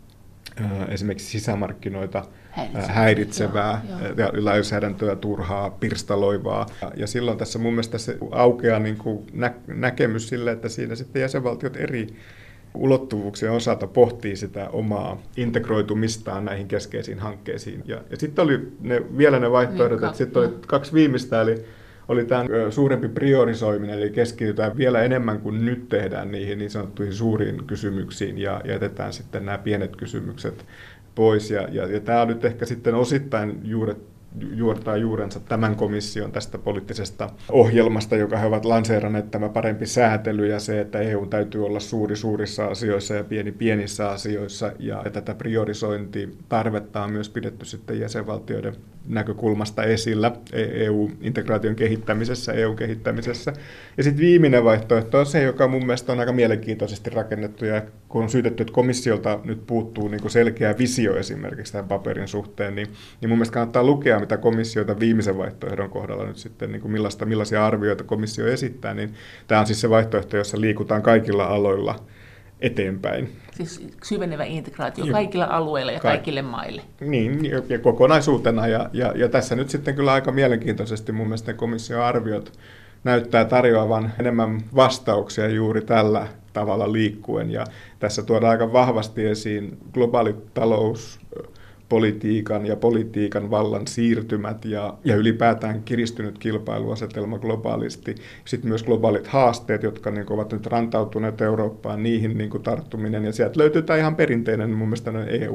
esimerkiksi sisämarkkinoita häiritsevää ja lainsäädäntöä turhaa, pirstaloivaa. Ja silloin tässä mun mielestä se aukeaa niin kuin näkemys sille, että siinä sitten jäsenvaltiot eri ulottuvuuksien osalta pohtii sitä omaa integroitumistaan näihin keskeisiin hankkeisiin. Ja sitten oli vielä ne vaihtoehdot, että sitten oli 2 viimeistä, eli oli tämä suurempi priorisoiminen, eli keskitytään vielä enemmän kuin nyt tehdään niihin niin sanottuihin suuriin kysymyksiin ja jätetään sitten nämä pienet kysymykset pois. Ja tämä on nyt ehkä sitten osittain juurtaa juurensa tämän komission tästä poliittisesta ohjelmasta, joka he ovat lanseeranneet, tämä parempi säätely ja se, että EU täytyy olla suuri suurissa asioissa ja pieni pienissä asioissa. Ja tätä priorisointitarvetta on myös pidetty sitten jäsenvaltioiden näkökulmasta esillä EU-integraation kehittämisessä, EU-kehittämisessä. Ja sitten viimeinen vaihtoehto on se, joka mun mielestä on aika mielenkiintoisesti rakennettu, ja kun on syytetty, että komissiolta nyt puuttuu niin kuin selkeä visio esimerkiksi tämän paperin suhteen, niin mun mielestä kannattaa lukea, mitä komissiota viimeisen vaihtoehdon kohdalla nyt sitten, niin kuin millaisia arvioita komissio esittää, niin tämä on siis se vaihtoehto, jossa liikutaan kaikilla aloilla eteenpäin. Siis syvenevä integraatio kaikilla alueilla ja kaikille maille. Niin, ja kokonaisuutena. Ja tässä nyt sitten kyllä aika mielenkiintoisesti mun mielestä komission arviot näyttää tarjoavan enemmän vastauksia juuri tällä tavalla liikkuen. Ja tässä tuodaan aika vahvasti esiin globaalit talouspolitiikan ja politiikan vallan siirtymät ja ylipäätään kiristynyt kilpailuasetelma globaalisti. Sitten myös globaalit haasteet, jotka niin ovat nyt rantautuneet Eurooppaan, niihin niin tarttuminen. Ja sieltä löytyy tämä ihan perinteinen mun mielestä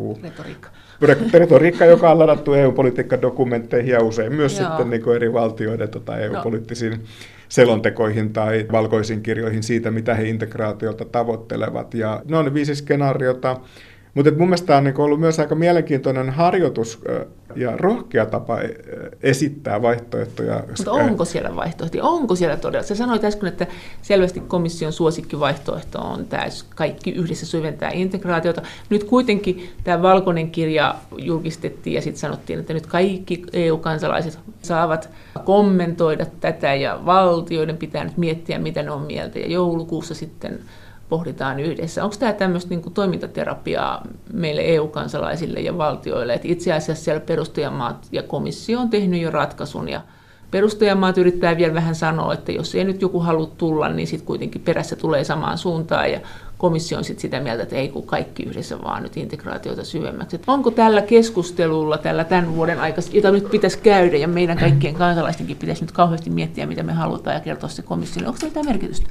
EU-retoriikka, joka on ladattu EU-politiikkadokumentteihin ja usein myös sitten niin eri valtioiden EU-poliittisiin selontekoihin tai valkoisiin kirjoihin siitä, mitä he integraatiota tavoittelevat. Ja ne on ne 5 skenaariota. Mutta mun mielestä tämä on ollut myös aika mielenkiintoinen harjoitus ja rohkea tapa esittää vaihtoehtoja. Mutta onko siellä vaihtoehtoja? Onko siellä todella? Sä sanoit äsken, että selvästi komission suosikkivaihtoehto on tämä, kaikki yhdessä syventää integraatiota. Nyt kuitenkin tämä valkoinen kirja julkistettiin ja sitten sanottiin, että nyt kaikki EU-kansalaiset saavat kommentoida tätä ja valtioiden pitää nyt miettiä, mitä ne on mieltä. Ja joulukuussa sitten pohditaan yhdessä. Onko tämä tämmöistä niin kuin toimintaterapiaa meille EU-kansalaisille ja valtioille, että itse asiassa siellä perustajamaat ja komissio on tehnyt jo ratkaisun ja perustajamaat yrittää vielä vähän sanoa, että jos ei nyt joku halua tulla, niin sitten kuitenkin perässä tulee samaan suuntaan ja komissio on sitten sitä mieltä, että ei kun kaikki yhdessä vaan nyt integraatiota syvemmäksi. Et onko tällä keskustelulla, tällä tämän vuoden aikaisemmin, jota nyt pitäisi käydä ja meidän kaikkien kansalaistenkin pitäisi nyt kauheasti miettiä, mitä me halutaan ja kertoa se komissiolle, onko tällä merkitystä?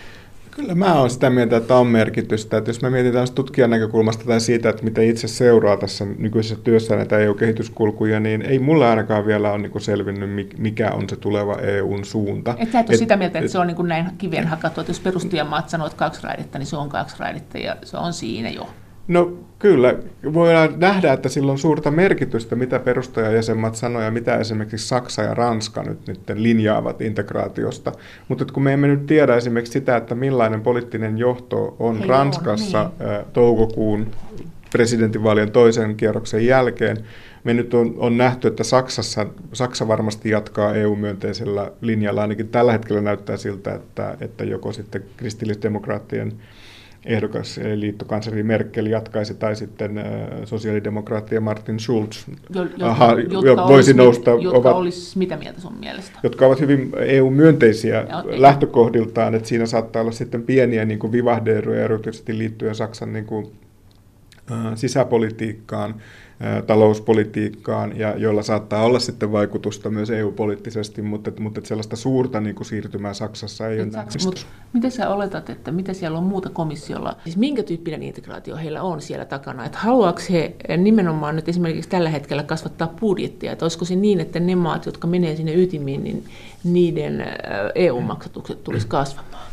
Kyllä mä oon sitä mieltä, että on merkitystä. Että jos mä mietitään tutkijan näkökulmasta tai siitä, että miten itse seuraa tässä nykyisessä työssä näitä EU-kehityskulkuja, niin ei mulla ainakaan vielä ole niin selvinnyt, mikä on se tuleva EUn suunta. Että sä et ole sitä mieltä, että se on niin kuin näin kiveen hakattu, että jos perustajamaat sanoo, että 2 raidetta, niin se on 2 raidetta ja se on siinä jo. No kyllä, voidaan nähdä, että sillä on suurta merkitystä, mitä perustajajäsenmaat sanoo ja mitä esimerkiksi Saksa ja Ranska nyt linjaavat integraatiosta. Mutta kun me emme nyt tiedä esimerkiksi sitä, että millainen poliittinen johto on Ranskassa toukokuun presidentinvaalien toisen kierroksen jälkeen, me nyt on nähty, että Saksa varmasti jatkaa EU-myönteisellä linjalla. Ainakin tällä hetkellä näyttää siltä, että joko sitten kristillisdemokraattien ehdokas liittokansleri Merkel jatkaisi tai sitten sosiaalidemokraattien Martin Schulz voisi nousta. Jotka olisi mitä mieltä sun mielestä? Jotka ovat hyvin EU-myönteisiä lähtökohdiltaan, että siinä saattaa olla sitten pieniä niin kuin vivahde-eroja erityisesti liittyen Saksan niin kuin, sisäpolitiikkaan, talouspolitiikkaan, ja joilla saattaa olla sitten vaikutusta myös EU-poliittisesti, mutta sellaista suurta niin kuin siirtymää Saksassa ei ole nähty. Miten sä oletat, että mitä siellä on muuta komissiolla? Siis minkä tyyppinen integraatio heillä on siellä takana? Että haluaako he nimenomaan nyt esimerkiksi tällä hetkellä kasvattaa budjettia? Että olisiko se niin, että ne maat, jotka menee sinne ytimiin, niin niiden EU-maksatukset tulisi kasvamaan?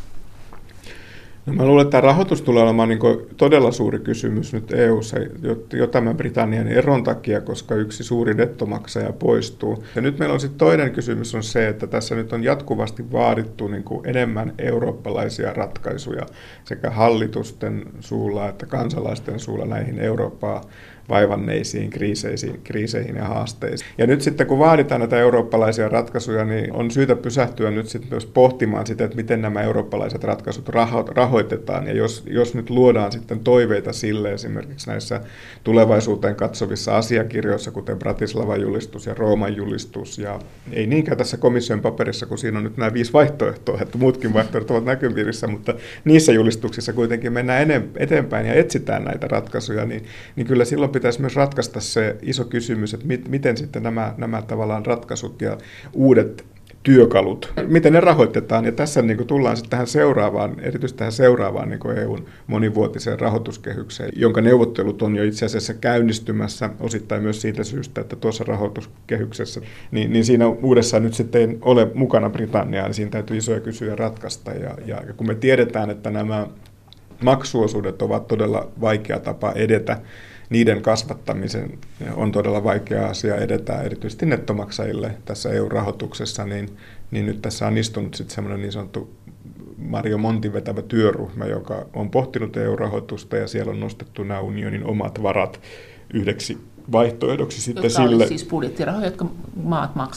No mä luulen, että tämä rahoitus tulee olemaan niin kuin todella suuri kysymys nyt EU:ssa jo tämän Britannian eron takia, koska yksi suuri nettomaksaja poistuu. Ja nyt meillä on sitten toinen kysymys on se, että tässä nyt on jatkuvasti vaadittu niin kuin enemmän eurooppalaisia ratkaisuja sekä hallitusten suulla että kansalaisten suulla näihin Eurooppaa vaivanneisiin kriiseihin ja haasteisiin. Ja nyt sitten kun vaaditaan näitä eurooppalaisia ratkaisuja, niin on syytä pysähtyä nyt sitten myös pohtimaan sitä, että miten nämä eurooppalaiset ratkaisut rahoitetaan. Ja jos nyt luodaan sitten toiveita sille esimerkiksi näissä tulevaisuuteen katsovissa asiakirjoissa, kuten Bratislavan julistus ja Rooman julistus, ja ei niinkään tässä komission paperissa, kun siinä on nyt nämä 5 vaihtoehtoa, että muutkin vaihtoehdot ovat näkyvissä, mutta niissä julistuksissa kuitenkin mennään eteenpäin ja etsitään näitä ratkaisuja, niin kyllä silloin pitäisi myös ratkaista se iso kysymys, että miten sitten nämä tavallaan ratkaisut ja uudet työkalut, miten ne rahoitetaan. Ja tässä niin kuin tullaan sitten erityisesti tähän seuraavaan niin kuin EUn monivuotiseen rahoituskehykseen, jonka neuvottelut on jo itse asiassa käynnistymässä osittain myös siitä syystä, että tuossa rahoituskehyksessä, niin siinä uudessa nyt sitten ei ole mukana Britanniaa, niin siinä täytyy isoja kysyjä ratkaista. Ja kun me tiedetään, että nämä maksuosuudet ovat todella vaikea tapa edetä, niiden kasvattamisen on todella vaikea asia edetä, erityisesti nettomaksajille tässä EU-rahoituksessa, niin nyt tässä on istunut sitten semmoinen niin sanottu Mario Montin vetävä työryhmä, joka on pohtinut EU-rahoitusta, ja siellä on nostettu nämä unionin omat varat yhdeksi vaihtoehdoksi sitten jotka sille. Jotka siis budjettirahoja, jotka maat maksaa.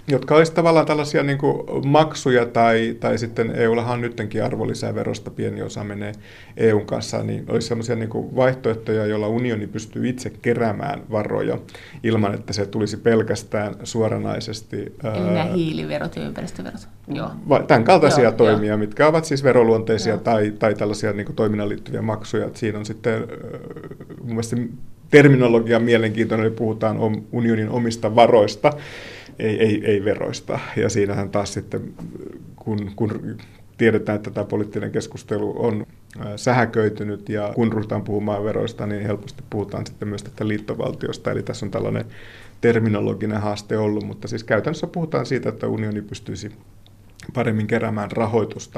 jotka olisi tavallaan tällaisia niin kuin maksuja, tai sitten EUllahan nytkin arvonlisäverosta pieni osa menee EUn kanssa, niin olisi sellaisia niin kuin vaihtoehtoja, joilla unioni pystyy itse keräämään varoja ilman, että se tulisi pelkästään suoranaisesti. Eli nämä hiiliverot ja ympäristöverot. Joo. Tämän kaltaisia toimia, mitkä ovat siis veroluonteisia tai tällaisia niin kuin toiminnan liittyviä maksuja. Siinä on sitten mun mielestä terminologian mielenkiintoinen, eli puhutaan unionin omista varoista, ei veroista. Ja siinähän taas sitten, kun tiedetään, että tämä poliittinen keskustelu on sähköitynyt ja kun ruvetaan puhumaan veroista, niin helposti puhutaan sitten myös tästä liittovaltiosta. Eli tässä on tällainen terminologinen haaste ollut, mutta siis käytännössä puhutaan siitä, että unioni pystyisi paremmin keräämään rahoitusta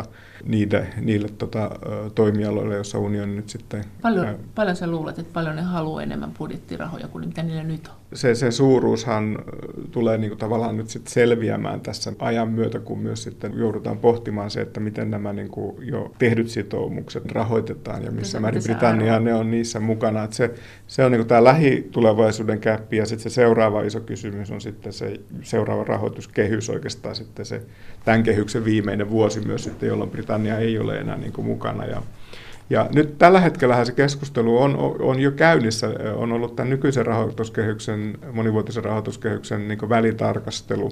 niille toimialoille, joissa unioni nyt sitten... Paljon sä luulet, että paljon ne haluaa enemmän budjettirahoja kuin mitä niillä nyt on? Se suuruushan tulee niin kuin tavallaan nyt sitten selviämään tässä ajan myötä, kun myös sitten joudutaan pohtimaan se, että miten nämä niin kuin jo tehdyt sitoumukset rahoitetaan ja missä määrin Britannia ne on niissä mukana. Että se on niin kuin tämä lähitulevaisuuden käppi ja sitten se seuraava iso kysymys on sitten se seuraava rahoituskehys oikeastaan sitten se tämän kehyksen viimeinen vuosi myös sitten, jolloin Britannia ei ole enää niin kuin mukana. Ja nyt tällä hetkellä se keskustelu on jo käynnissä. On ollut tämän nykyisen rahoituskehyksen, monivuotisen rahoituskehyksen niin kuin välitarkastelu.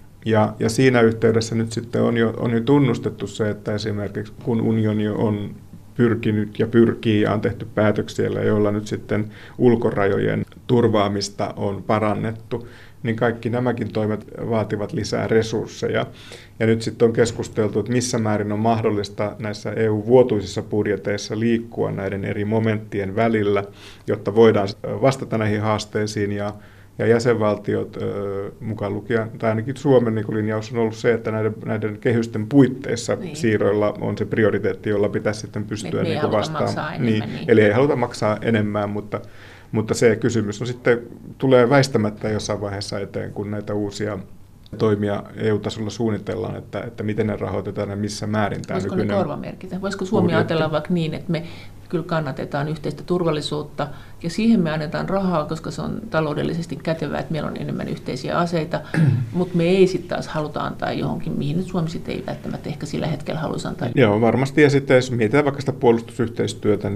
Ja siinä yhteydessä nyt sitten on jo tunnustettu se, että esimerkiksi kun unioni on pyrkinyt ja pyrkii ja on tehty päätöksiä, joilla nyt sitten ulkorajojen turvaamista on parannettu, niin kaikki nämäkin toimet vaativat lisää resursseja. Ja nyt sitten on keskusteltu, että missä määrin on mahdollista näissä EU-vuotuisissa budjeteissa liikkua näiden eri momenttien välillä, jotta voidaan vastata näihin haasteisiin. Ja jäsenvaltiot, mukaan lukien, tai ainakin Suomen niin linjaus on ollut se, että näiden kehysten puitteissa siirroilla on se prioriteetti, jolla pitäisi sitten pystyä niin vastaamaan. Eli ei haluta maksaa enemmän, mutta se kysymys on sitten, tulee väistämättä jossain vaiheessa eteen, kun näitä uusia toimia EU-tasolla suunnitellaan, että miten ne rahoitetaan ja missä määrin tämä nykyinen... Voisiko ne korvamerkitä? Voisiko Suomi ajatella vaikka niin, että me kyllä kannatetaan yhteistä turvallisuutta ja siihen me annetaan rahaa, koska se on taloudellisesti kätevää, että meillä on enemmän yhteisiä aseita, mutta me ei sitten taas haluta antaa johonkin, mihin nyt Suomi sitten ei välttämättä ehkä sillä hetkellä haluaisi antaa. Joo, varmasti. Ja sitten jos mietitään vaikka sitä puolustusyhteistyötä,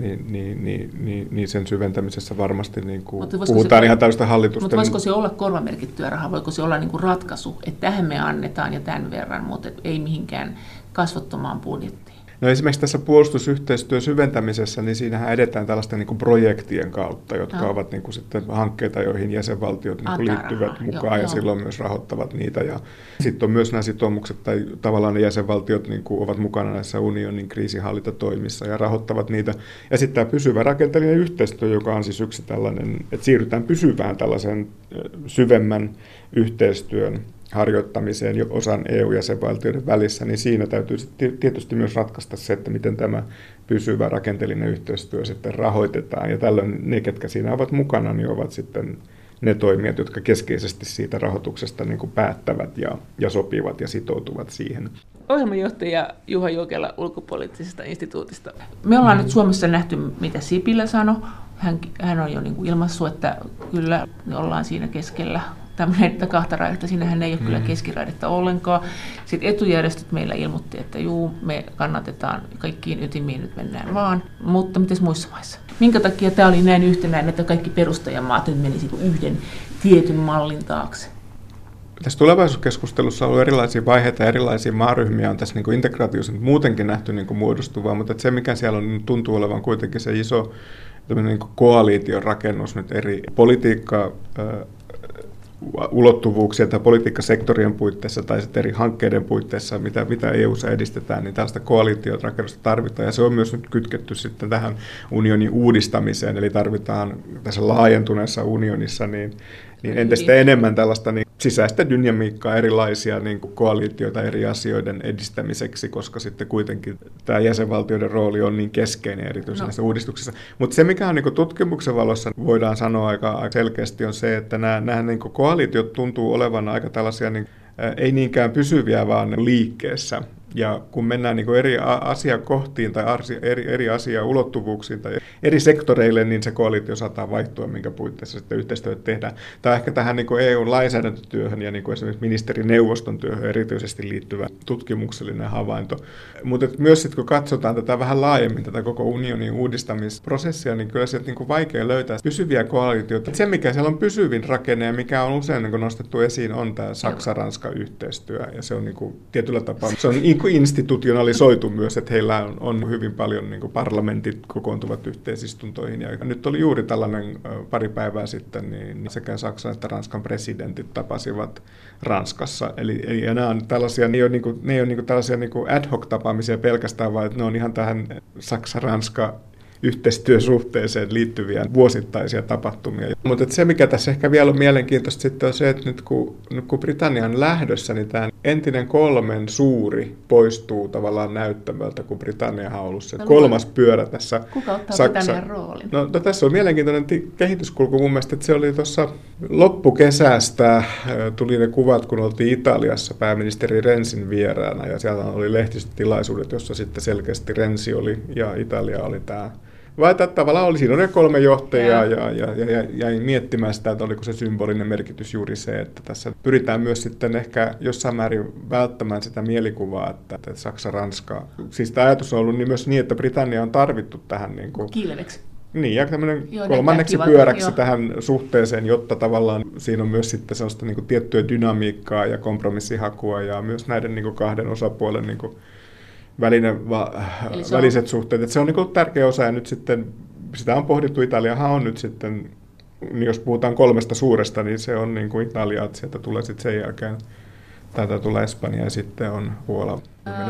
niin sen syventämisessä varmasti niin kuin puhutaan ihan täystä hallitusten... Mutta voisiko se olla korvamerkittyä rahaa? Voiko se olla niin kuin ratkaisu, että tähän me annetaan ja tämän verran, mutta ei mihinkään kasvottomaan budjettiin? No esimerkiksi tässä puolustusyhteistyön syventämisessä, niin siinähän edetään tällaisten niin kuin projektien kautta, jotka ovat niin kuin sitten hankkeita, joihin jäsenvaltiot niin kuin liittyvät mukaan ja silloin myös rahoittavat niitä. Ja sitten on myös nämä sitoumukset, tai tavallaan ne jäsenvaltiot niin kuin ovat mukana näissä unionin kriisinhallintatoimissa ja rahoittavat niitä. Ja sitten tämä pysyvä rakenteellinen yhteistyö, joka on siis yksi tällainen, että siirrytään pysyvään tällaisen syvemmän yhteistyön harjoittamiseen jo osan EU-jäsenvaltioiden välissä, niin siinä täytyy tietysti myös ratkaista se, että miten tämä pysyvä rakenteellinen yhteistyö sitten rahoitetaan. Ja tällöin ne, ketkä siinä ovat mukana, niin ovat sitten ne toimijat, jotka keskeisesti siitä rahoituksesta niin kuin päättävät ja sopivat ja sitoutuvat siihen. Ohjelmanjohtaja Juha Jokela ulkopoliittisesta instituutista. Me ollaan nyt Suomessa nähty, mitä Sipilä sanoi. Hän on jo niin kuin ilmaissut, että kyllä me ollaan siinä keskellä tämmöinen kahta raidetta. Siinähän ei ole kyllä keskiraidetta ollenkaan. Sitten etujärjestöt meillä ilmoitti, että me kannatetaan kaikkiin ytimiin, nyt mennään vaan. Mutta mites muissa maissa? Minkä takia tämä oli näin yhtenäinen, että kaikki perustajamaat nyt menisivät yhden tietyn mallin taakse? Tässä tulevaisuuskeskustelussa on ollut erilaisia vaiheita, erilaisia maaryhmiä on tässä niin kuin integraatiossa muutenkin nähty niin kuin muodostuvaa, mutta se mikä siellä on, tuntuu olevan kuitenkin se iso niin kuin koaliition rakennus nyt eri politiikkaa, ulottuvuuksia tai politiikkasektorien puitteissa tai sitten eri hankkeiden puitteissa, mitä EU:ssa edistetään, niin tällaista koalitiorakennusta tarvitaan. Ja se on myös nyt kytketty sitten tähän unionin uudistamiseen, eli tarvitaan tässä laajentuneessa unionissa niin entistä enemmän tällaista niin sisäistä dynamiikkaa, erilaisia niin kuin koalitioita eri asioiden edistämiseksi, koska sitten kuitenkin tämä jäsenvaltioiden rooli on niin keskeinen erityisesti näissä uudistuksissa. Mutta se, mikä on niin kuin tutkimuksen valossa voidaan sanoa aika selkeästi, on se, että nämä niin kuin koalitiot tuntuu olevan aika tällaisia, niin, ei niinkään pysyviä, vaan liikkeessä. Ja kun mennään niin kuin eri asiakohtiin tai eri asiaulottuvuuksiin tai eri sektoreille, niin se koalitio saattaa vaihtua, minkä puitteissa sitten yhteistyötä tehdään. Tämä on ehkä tähän niin kuin EU-lainsäädäntötyöhön ja niin kuin esimerkiksi ministerineuvoston työhön erityisesti liittyvä tutkimuksellinen havainto. Mutta myös sitten kun katsotaan tätä vähän laajemmin, tätä koko unionin uudistamisprosessia, niin kyllä sieltä niin kuin vaikea löytää pysyviä koalitioita. Se, mikä siellä on pysyvin rakenne ja mikä on usein niin kuin nostettu esiin, on tämä Saksa-Ranska-yhteistyö. Ja se on niin kuin tietyllä tapaa, se on institutionalisoitu myös, että heillä on hyvin paljon niin kuin parlamentit kokoontuvat yhteisistuntoihin. Ja nyt oli juuri tällainen pari päivää sitten, niin sekä Saksan että Ranskan presidentit tapasivat Ranskassa. Eli ja nämä on tällaisia, ne ei ole niin kuin tällaisia niin kuin ad hoc tapaamisia pelkästään, vaan että ne on ihan tähän Saksa-Ranska yhteistyösuhteeseen liittyviä vuosittaisia tapahtumia. Mutta se, mikä tässä ehkä vielä on mielenkiintoista sitten on se, että nyt kun Britannia on lähdössä, niin tämä entinen kolmen suuri poistuu tavallaan näyttämöltä, kun Britanniahan on ollut se kolmas pyörä tässä. Kuka ottaa Britannian roolin? No, tässä on mielenkiintoinen kehityskulku mun mielestä, että se oli tuossa loppukesästä, tuli ne kuvat, kun oltiin Italiassa pääministeri Renzin vieraana, ja siellä oli lehdistötilaisuudet, jossa sitten selkeästi Renzi oli ja Italia oli tämä. Vai tavallaan oli siinä ne kolme johtajaa ja jäin miettimään sitä, että oliko se symbolinen merkitys juuri se, että tässä pyritään myös sitten ehkä jossain määrin välttämään sitä mielikuvaa, että Saksa-Ranska, siis tämä ajatus on ollut niin myös niin, että Britannia on tarvittu tähän niin kuin kiileveksi. Niin, ja tämmöinen kolmanneksi pyöräksi tähän suhteeseen, jotta tavallaan siinä on myös sitten sellaista niin kuin tiettyä dynamiikkaa ja kompromissihakua ja myös näiden niin kuin kahden osapuolen niin kuin väliset suhteet. Että se on niin kuin tärkeä osa, ja nyt sitten sitä on pohdittu. Italiahan on nyt sitten, niin jos puhutaan kolmesta suuresta, niin se on niin kuin Italia, että sieltä tulee sitten sen jälkeen, täältä tulee Espanja ja sitten on Puola.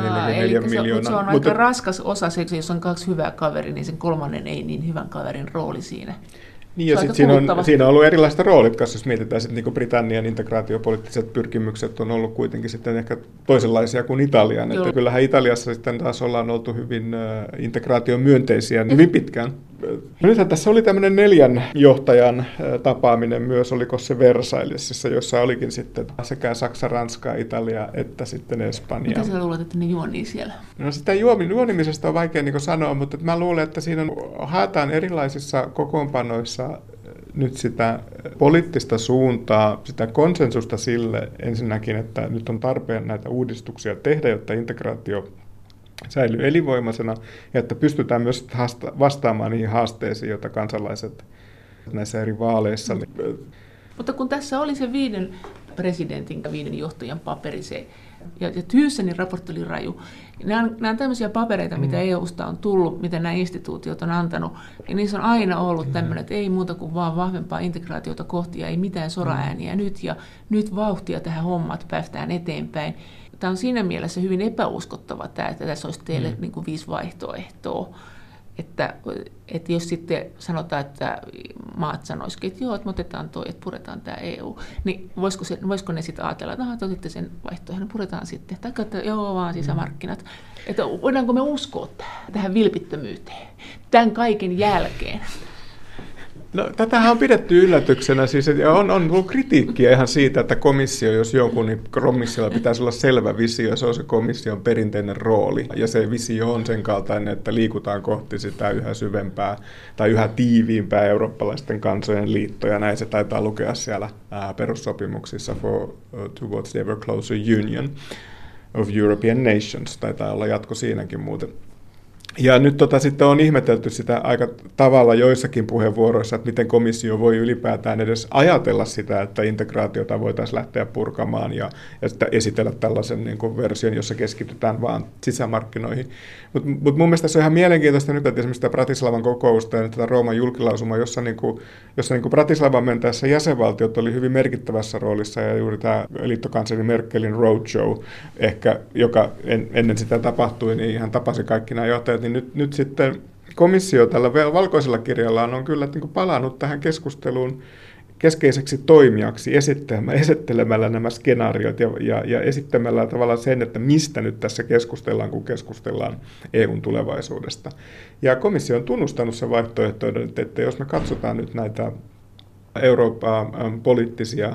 4 miljoonaa. Se on aika raskas osa, jos on kaksi hyvää kaveria, niin sen kolmannen ei niin hyvän kaverin rooli siinä. Niin, ja sitten siinä on ollut erilaiset roolit, jos mietitään sitten niin Britannian integraatiopoliittiset pyrkimykset on ollut kuitenkin sitten ehkä toisenlaisia kuin Italian. Että kyllähän Italiassa sitten taas ollaan oltu hyvin integraation myönteisiä hyvin pitkään. No nythän tässä oli tämmöinen 4 johtajan tapaaminen myös, oliko se Versaillesissa, jossa olikin sitten sekä Saksa, Ranska, Italia että sitten Espanja. Mitä sä luulet, että ne juonii siellä? No sitä juonimisesta on vaikea niin sanoa, mutta mä luulen, että siinä haetaan erilaisissa kokoonpanoissa nyt sitä poliittista suuntaa, sitä konsensusta sille ensinnäkin, että nyt on tarpeen näitä uudistuksia tehdä, jotta integraatio säilyy elinvoimaisena ja että pystytään myös vastaamaan niihin haasteisiin, joita kansalaiset näissä eri vaaleissa. Mutta kun tässä oli se 5 presidentin, 5 johtajan paperi, ja Thyssenin raportti oli raju. Nämä on tämmöisiä papereita, mitä EUsta on tullut, mitä nämä instituutiot on antanut. Ja niissä on aina ollut tämmöinen, että ei muuta kuin vaan vahvempaa integraatiota kohti ja ei mitään soraääniä nyt. Ja nyt vauhtia tähän hommaan, että päästään eteenpäin. Tämä on siinä mielessä hyvin epäuskottava tämä, että tässä olisi teille niin kuin 5 vaihtoehtoa. Että jos sitten sanotaan, että maat sanoisikin, että joo, että me otetaan toi, että puretaan tämä EU, niin voisiko ne sitten ajatella, että te otitte sen vaihtoehdon, puretaan sitten, tai että joo, vaan sisämarkkinat. Että voidaanko me uskoa tähän vilpittömyyteen tämän kaiken jälkeen? No, tätähän on pidetty yllätyksenä, siis, on ollut kritiikkiä ihan siitä, että komissio, jos jonkun, niin komissiolla pitäisi olla selvä visio, se on se komission perinteinen rooli. Ja se visio on sen kaltainen, että liikutaan kohti sitä yhä syvempää tai yhä tiiviimpää eurooppalaisten kansojen liittoja. Näin se taitaa lukea siellä perussopimuksissa towards the ever closer union of European nations. Taitaa olla jatko siinäkin muuten. Ja nyt sitten on ihmetelty sitä aika tavalla joissakin puheenvuoroissa, että miten komissio voi ylipäätään edes ajatella sitä, että integraatiota voitaisiin lähteä purkamaan ja esitellä tällaisen niin kuin version, jossa keskitytään vaan sisämarkkinoihin. Mutta mun mielestä se on ihan mielenkiintoista nyt, että esimerkiksi tätä Bratislavan kokousta ja tätä Rooman julkilausumaa, jossa Bratislavan mentäessä jäsenvaltiot oli hyvin merkittävässä roolissa ja juuri tämä liittokansleri Merkelin roadshow, ehkä, joka ennen sitä tapahtui, niin hän tapasi kaikki nämä johtajat. Niin nyt sitten komissio tällä valkoisella kirjallaan on kyllä niin kuin palannut tähän keskusteluun keskeiseksi toimijaksi esittelemällä nämä skenaariot ja esittämällä tavallaan sen, että mistä nyt tässä keskustellaan, kun keskustellaan EUn tulevaisuudesta. Ja komissio on tunnustanut sen vaihtoehtoinen, että jos me katsotaan nyt näitä Euroopan poliittisia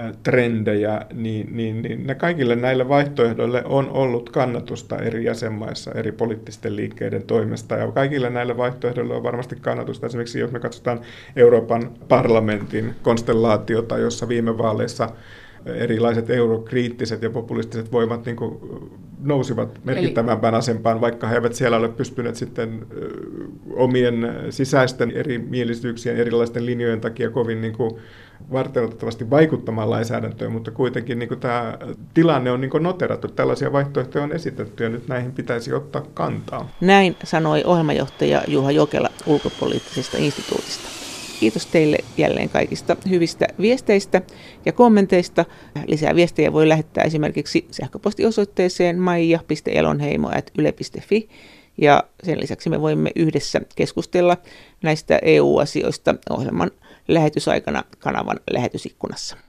trendejä, niin ne kaikille näille vaihtoehdoille on ollut kannatusta eri jäsenmaissa, eri poliittisten liikkeiden toimesta, ja kaikille näille vaihtoehdoille on varmasti kannatusta. Esimerkiksi jos me katsotaan Euroopan parlamentin konstellaatiota, jossa viime vaaleissa erilaiset eurokriittiset ja populistiset voimat niin kuin nousivat merkittävämpään asempaan, vaikka he eivät siellä ole pystyneet sitten omien sisäisten erimielisyyksien, erilaisten linjojen takia kovin niin kuin varteenotettavasti vaikuttamaan lainsäädäntöön, mutta kuitenkin niin kuin tämä tilanne on niin kuin noterattu. Tällaisia vaihtoehtoja on esitetty ja nyt näihin pitäisi ottaa kantaa. Näin sanoi ohjelmajohtaja Juha Jokela Ulkopoliittisesta instituutista. Kiitos teille jälleen kaikista hyvistä viesteistä ja kommenteista. Lisää viestejä voi lähettää esimerkiksi sähköpostiosoitteeseen maija.elonheimo@yle.fi. Ja sen lisäksi me voimme yhdessä keskustella näistä EU-asioista ohjelman lähetysaikana kanavan lähetysikkunassa.